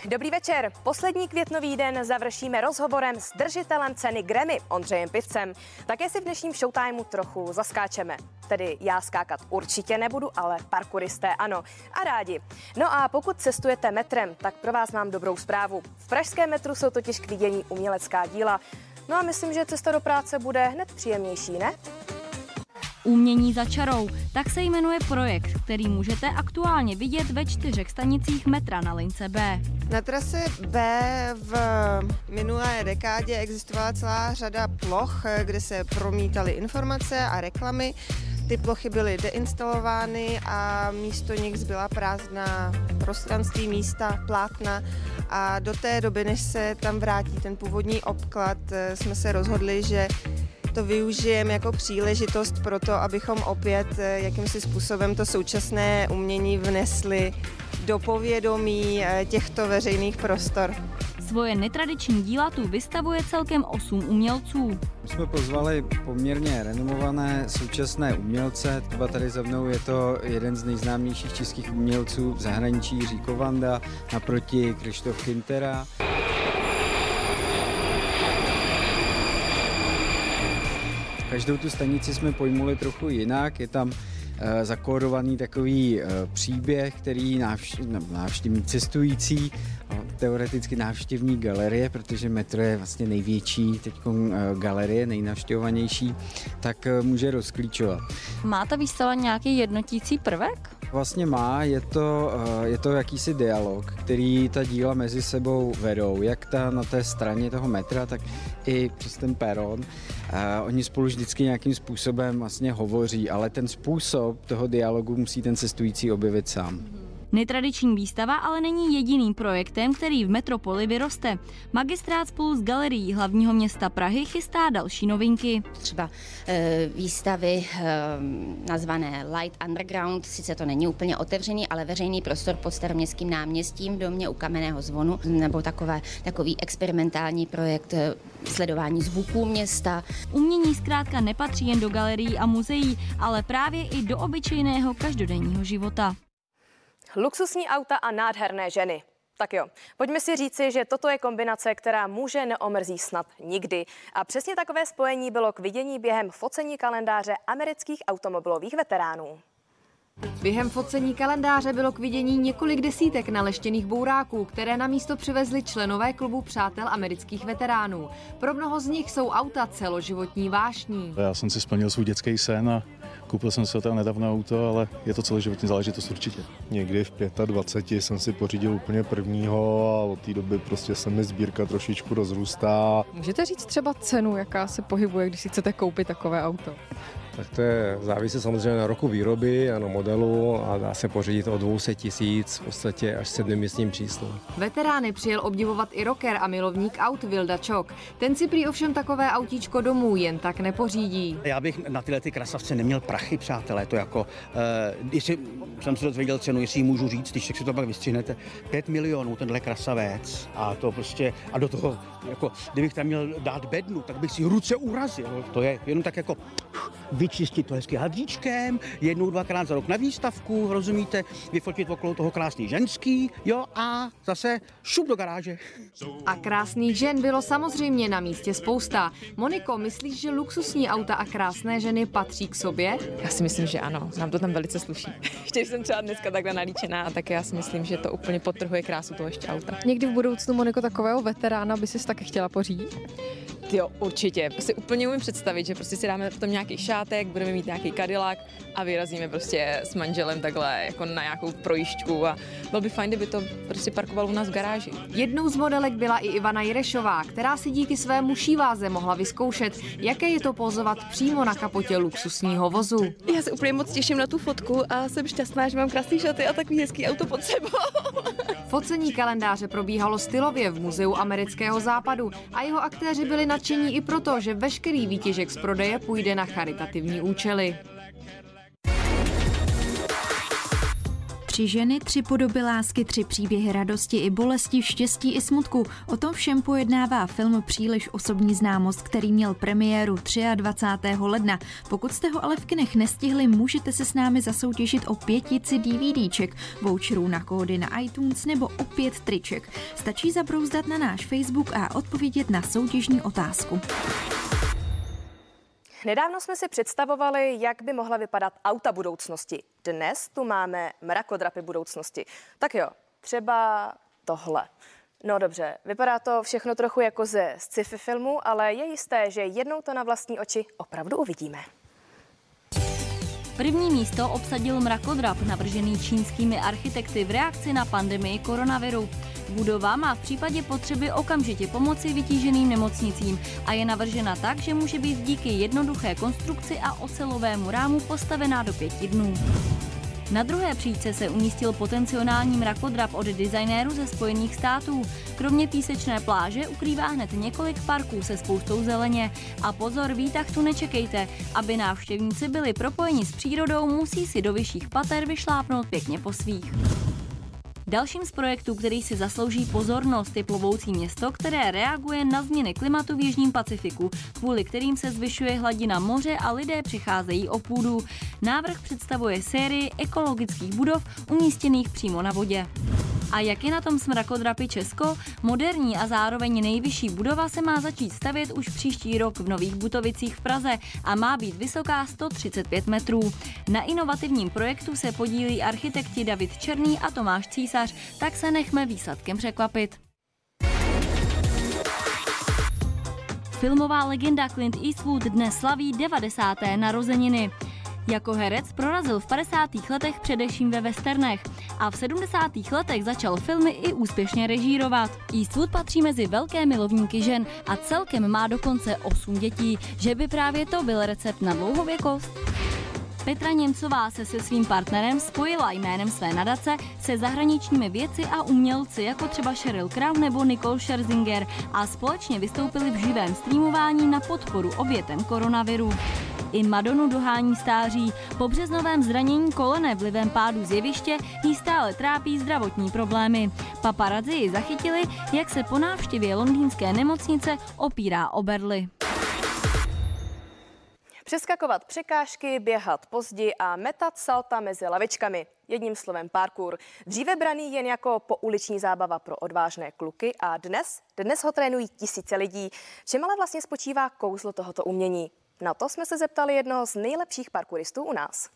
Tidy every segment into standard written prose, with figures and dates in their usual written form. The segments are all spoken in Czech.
Dobrý večer. Poslední květnový den završíme rozhovorem s držitelem ceny Grammy, Ondřejem Pivcem. Také si v dnešním showtimeu trochu zaskáčeme. Tedy já skákat určitě nebudu, ale parkouristé ano. A rádi. No a pokud cestujete metrem, tak pro vás mám dobrou zprávu. V pražském metru jsou totiž k vidění umělecká díla. No a myslím, že cesta do práce bude hned příjemnější, ne? Umění za čarou, tak se jmenuje projekt, který můžete aktuálně vidět ve 4 stanicích metra na lince B. Na trase B v minulé dekádě existovala celá řada ploch, kde se promítaly informace a reklamy. Ty plochy byly deinstalovány a místo nich zbyla prázdná prostranství, místa, plátna. A do té doby, než se tam vrátí ten původní obklad, jsme se rozhodli, že to využijeme jako příležitost pro to, abychom opět jakýmsi způsobem to současné umění vnesli do povědomí těchto veřejných prostor. Svoje netradiční díla tu vystavuje celkem 8 umělců. Jsme pozvali poměrně renomované současné umělce. Třeba tady za mnou je to jeden z nejznámějších českých umělců v zahraničí, Říko Vanda, naproti Krištof Kintera. Každou tu stanici jsme pojmuli trochu jinak, je tam zakódovaný takový příběh, který návštěvník cestující, teoreticky návštěvní galerie, protože metro je vlastně největší teď galerie, nejnavštěvovanější, tak může rozklíčovat. Má ta výstava nějaký jednotící prvek? Vlastně má, je to jakýsi dialog, který ta díla mezi sebou vedou, jak na té straně toho metra, tak i přes ten peron. Oni spolu vždycky nějakým způsobem vlastně hovoří, ale ten způsob toho dialogu musí ten cestující objevit sám. Netradiční výstava ale není jediným projektem, který v metropoli vyroste. Magistrát spolu s galerií hlavního města Prahy chystá další novinky. Třeba výstavy nazvané Light Underground, sice to není úplně otevřený, ale veřejný prostor pod Staroměstským náměstím v domě u Kamenného zvonu, nebo takový experimentální projekt sledování zvuků města. Umění zkrátka nepatří jen do galerií a muzeí, ale právě i do obyčejného každodenního života. Luxusní auta a nádherné ženy. Tak jo, pojďme si říci, že toto je kombinace, která muže neomrzí snad nikdy. A přesně takové spojení bylo k vidění během focení kalendáře amerických automobilových veteránů. Během focení kalendáře bylo k vidění několik desítek naleštěných bouráků, které na místo přivezli členové klubu přátel amerických veteránů. Pro mnoho z nich jsou auta celoživotní vášní. Já jsem si splnil svůj dětský sen a koupil jsem si tam nedávno auto, ale je to celoživotní záležitost určitě. Někdy v 25 jsem si pořídil úplně prvního a od té doby prostě se mi sbírka trošičku rozrůstá. Můžete říct třeba cenu, jaká se pohybuje, když si chcete koupit takové auto? Tak to závisí samozřejmě na roku výroby a na modelu a dá se pořídit od 200 000 v podstatě až 7místním číslem. Veterány přijel obdivovat i rocker a milovník aut Vilda Čok. Ten si prý ovšem takové autíčko domů jen tak nepořídí. Já bych na tyhle krasavce neměl prachy, přátelé, to jako, jestli jsem se dozvěděl cenu, jestli ji můžu říct, když si to pak vystřihnete, 5 milionů tenhle krasavec a to prostě, a do toho, jako, kdybych tam měl dát bednu, tak bych si ruce urazil, to je jenom tak jako vyčistit to hezky hadříčkem, 1-2krát za rok na výstavku, rozumíte, vyfotit okolo toho krásný ženský, jo, a zase šup do garáže. A krásných žen bylo samozřejmě na místě spousta. Moniko, myslíš, že luxusní auta a krásné ženy patří k sobě? Já si myslím, že ano, nám to tam velice sluší. Ještě jsem třeba dneska takhle nalíčená a tak já si myslím, že to úplně podtrhuje krásu toho ještě auta. Někdy v budoucnu, Moniko, takového veterána by si taky chtěla pořídit? Jo, určitě. Si úplně umím představit, že prostě si dáme potom nějaký šátek, budeme mít nějaký Cadillac a vyrazíme prostě s manželem takhle jako na nějakou projížďku a bylo by fajn, kdyby to prostě parkovalo u nás v garáži. Jednou z modelek byla i Ivana Jirešová, která si díky svému šíváze mohla vyzkoušet, jaké je to pozovat přímo na kapotě luxusního vozu. Já se úplně moc těším na tu fotku a jsem šťastná, že mám krásný šaty a takový hezký auto pod sebou. Focení kalendáře probíhalo stylově v Muzeu amerického západu a jeho aktéři byli nadšení i proto, že veškerý výtěžek z prodeje půjde na charitativní účely. 3 ženy, 3 podoby lásky, 3 příběhy radosti i bolesti, štěstí i smutku. O tom všem pojednává film Příliš osobní známost, který měl premiéru 23. ledna. Pokud jste ho ale v kinech nestihli, můžete se s námi zasoutěžit o 5 DVDček, voucherů na kódy na iTunes nebo o 5 triček. Stačí zabrouzdat na náš Facebook a odpovědět na soutěžní otázku. Nedávno jsme si představovali, jak by mohla vypadat auta budoucnosti. Dnes tu máme mrakodrapy budoucnosti. Tak jo, třeba tohle. No dobře, vypadá to všechno trochu jako ze sci-fi filmu, ale je jisté, že jednou to na vlastní oči opravdu uvidíme. První místo obsadil mrakodrap, navržený čínskými architekty v reakci na pandemii koronaviru. Budova má v případě potřeby okamžitě pomoci vytíženým nemocnicím a je navržena tak, že může být díky jednoduché konstrukci a ocelovému rámu postavená do 5 dnů. Na druhé příčce se umístil potenciální mrakodrap od designérů ze Spojených států. Kromě písečné pláže ukrývá hned několik parků se spoustou zeleně. A pozor, výtah tu nečekejte. Aby návštěvníci byli propojeni s přírodou, musí si do vyšších pater vyšlápnout pěkně po svých. Dalším z projektů, který si zaslouží pozornost, je plovoucí město, které reaguje na změny klimatu v Jižním Pacifiku, kvůli kterým se zvyšuje hladina moře a lidé přicházejí o půdu. Návrh představuje sérii ekologických budov umístěných přímo na vodě. A jak je na tom s mrakodrapy Česko? Moderní a zároveň nejvyšší budova se má začít stavět už příští rok v Nových Butovicích v Praze a má být vysoká 135 metrů. Na inovativním projektu se podílí architekti David Černý a Tomáš Císař, tak se nechme výsledkem překvapit. Filmová legenda Clint Eastwood dnes slaví 90. narozeniny. Jako herec prorazil v 50. letech především ve westernech a v 70. letech začal filmy i úspěšně režírovat. Eastwood patří mezi velké milovníky žen a celkem má dokonce 8 dětí, že by právě to byl recept na dlouhověkost. Petra Němcová se svým partnerem spojila jménem své nadace se zahraničními vědci a umělci, jako třeba Sheryl Crow nebo Nicole Scherzinger, a společně vystoupili v živém streamování na podporu obětem koronaviru. I Madonu dohání stáří. Po březnovém zranění kolene vlivem pádu z jeviště jí stále trápí zdravotní problémy. Paparazzi ji zachytili, jak se po návštěvě londýnské nemocnice opírá o berly. Přeskakovat překážky, běhat po zdi a metat salta mezi lavičkami. Jedním slovem parkour. Dříve braný jen jako pouliční zábava pro odvážné kluky a dnes ho trénují tisíce lidí. Čím ale vlastně spočívá kouzlo tohoto umění? Na to jsme se zeptali jednoho z nejlepších parkouristů u nás.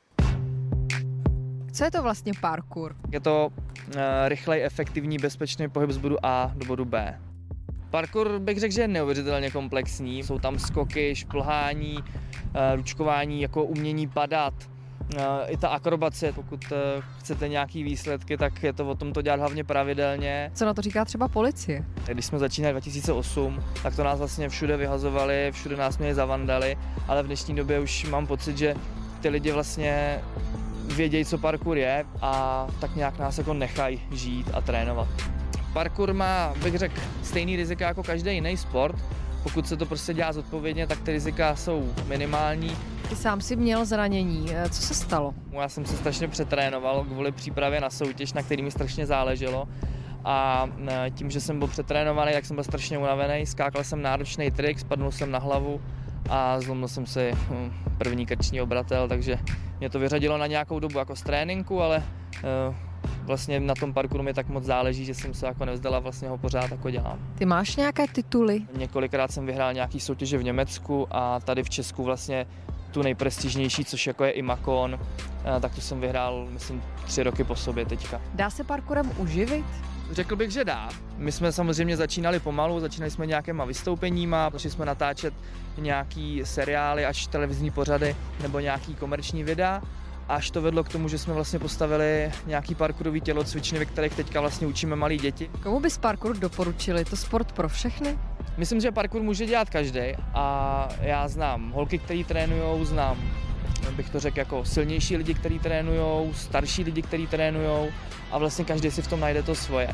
Co je to vlastně parkour? Je to rychlej, efektivní, bezpečný pohyb z bodu A do bodu B. Parkour bych řekl, že je neuvěřitelně komplexní. Jsou tam skoky, šplhání, ručkování, jako umění padat, i ta akrobacie. Pokud chcete nějaký výsledky, tak je to o tom to dělat hlavně pravidelně. Co na to říká třeba policie? Když jsme začínali 2008, tak to nás vlastně všude vyhazovali, všude nás měli za vandaly, ale v dnešní době už mám pocit, že ty lidi vlastně vědějí, co parkour je a tak nějak nás jako nechají žít a trénovat. Parkour má, bych řekl, stejný rizika jako každý jiný sport. Pokud se to prostě dělá zodpovědně, tak ty rizika jsou minimální. Ty sám si měl zranění. Co se stalo? Já jsem se strašně přetrénoval kvůli přípravě na soutěž, na který mi strašně záleželo. A tím, že jsem byl přetrénovaný, tak jsem byl strašně unavený. Skákal jsem náročný trik, spadnul jsem na hlavu a zlomil jsem si první krční obratel, takže mě to vyřadilo na nějakou dobu jako z tréninku, ale vlastně na tom parkouru mi tak moc záleží, že jsem se jako nevzdal a vlastně ho pořád jako dělám. Ty máš nějaké tituly? Několikrát jsem vyhrál nějaký soutěže v Německu a tady v Česku vlastně tu nejprestižnější, což jako je Imakon, tak tu jsem vyhrál, myslím, 3 roky po sobě teďka. Dá se parkourem uživit? Řekl bych, že dá. My jsme samozřejmě začínali pomalu, začínali jsme nějakýma vystoupeníma, začali jsme natáčet nějaký seriály až televizní pořady nebo nějaký komerční videa. Až to vedlo k tomu, že jsme vlastně postavili nějaký parkourový tělocvičny, ve kterých teďka vlastně učíme malí děti. Komu bys parkour doporučili? To sport pro všechny? Myslím, že parkour může dělat každý a já znám holky, který trénujou, znám, bych to řekl, jako silnější lidi, kteří trénujou, starší lidi, kteří trénujou a vlastně každý si v tom najde to svoje.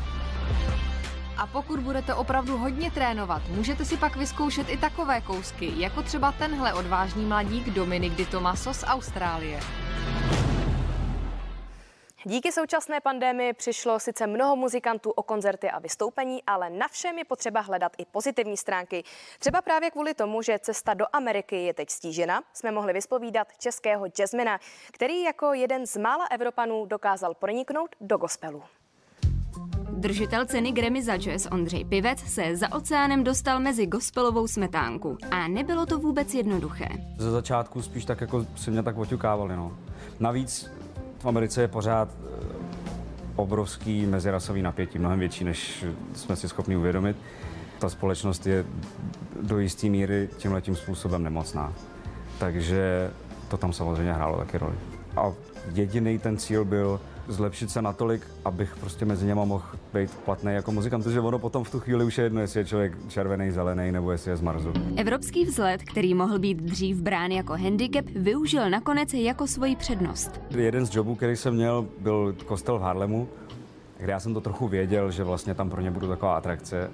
A pokud budete opravdu hodně trénovat, můžete si pak vyzkoušet i takové kousky, jako třeba tenhle odvážný mladík Dominik Di Tomaso z Austrálie. Díky současné pandemii přišlo sice mnoho muzikantů o koncerty a vystoupení, ale na všem je potřeba hledat i pozitivní stránky. Třeba právě kvůli tomu, že cesta do Ameriky je teď stížena, jsme mohli vyspovídat českého jazzmana, který jako jeden z mála Evropanů dokázal proniknout do gospelu. Držitel ceny Grammy za jazz Ondřej Pivec se za oceánem dostal mezi gospelovou smetánku. A nebylo to vůbec jednoduché. Ze začátku spíš tak jako si mě tak oťukávali, no. Navíc v Americe je pořád obrovský mezirasový napětí, mnohem větší, než jsme si schopni uvědomit. Ta společnost je do jisté míry tímhletím způsobem nemocná. Takže to tam samozřejmě hrálo taky roli. A jediný ten cíl byl zlepšit se natolik, abych prostě mezi něma mohl být platný jako muzikant, protože ono potom v tu chvíli už je jedno, jestli je člověk červený, zelený nebo jestli je z Marsu. Evropský vzhled, který mohl být dřív brán jako handicap, využil nakonec jako svoji přednost. Jeden z jobů, který jsem měl, byl kostel v Harlemu, kde já jsem to trochu věděl, že vlastně tam pro ně budu taková atrakce,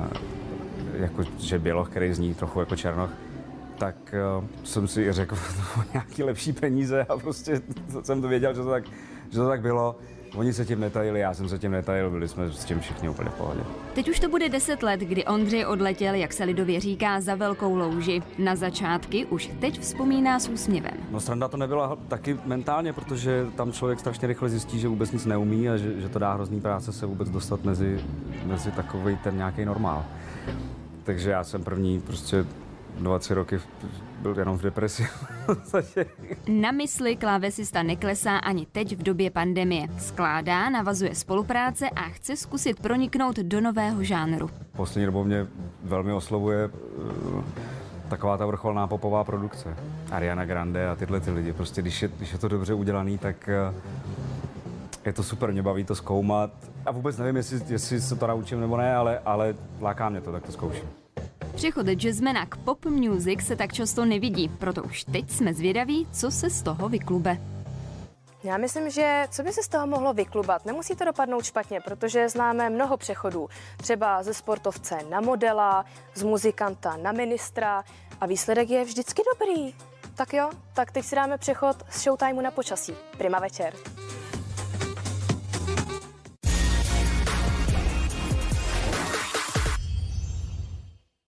jako že běloch, který zní trochu jako černoch. Tak jsem si řekl nějaký lepší peníze a prostě jsem to věděl, že to tak bylo. Oni se tím netajili, já jsem se tím netajil, byli jsme s tím všichni úplně v pohodě. Teď už to bude 10 let, kdy Ondřej odletěl, jak se lidově říká, za velkou louži. Na začátky už teď vzpomíná s úsměvem. No sranda to nebyla taky mentálně, protože tam člověk strašně rychle zjistí, že vůbec nic neumí a že to dá hrozný práce se vůbec dostat mezi takovej ten nějaký normál. Takže já jsem první prostě 2-3 roky byl jenom v depresi. Na mysli klávesista neklesá ani teď v době pandemie. Skládá, navazuje spolupráce a chce zkusit proniknout do nového žánru. Poslední dobou mě velmi oslovuje taková ta vrcholná popová produkce. Ariana Grande a tyhle ty lidi. Prostě když je to dobře udělaný, tak je to super, mě baví to zkoumat. A vůbec nevím, jestli se to naučím nebo ne, ale láká mě to, tak to zkouším. Přechod jazzmana k pop music se tak často nevidí, proto už teď jsme zvědaví, co se z toho vyklube. Já myslím, že co by se z toho mohlo vyklubat? Nemusí to dopadnout špatně, protože známe mnoho přechodů. Třeba ze sportovce na modela, z muzikanta na ministra a výsledek je vždycky dobrý. Tak jo, tak teď si dáme přechod z Showtimeu na počasí. Prima večer.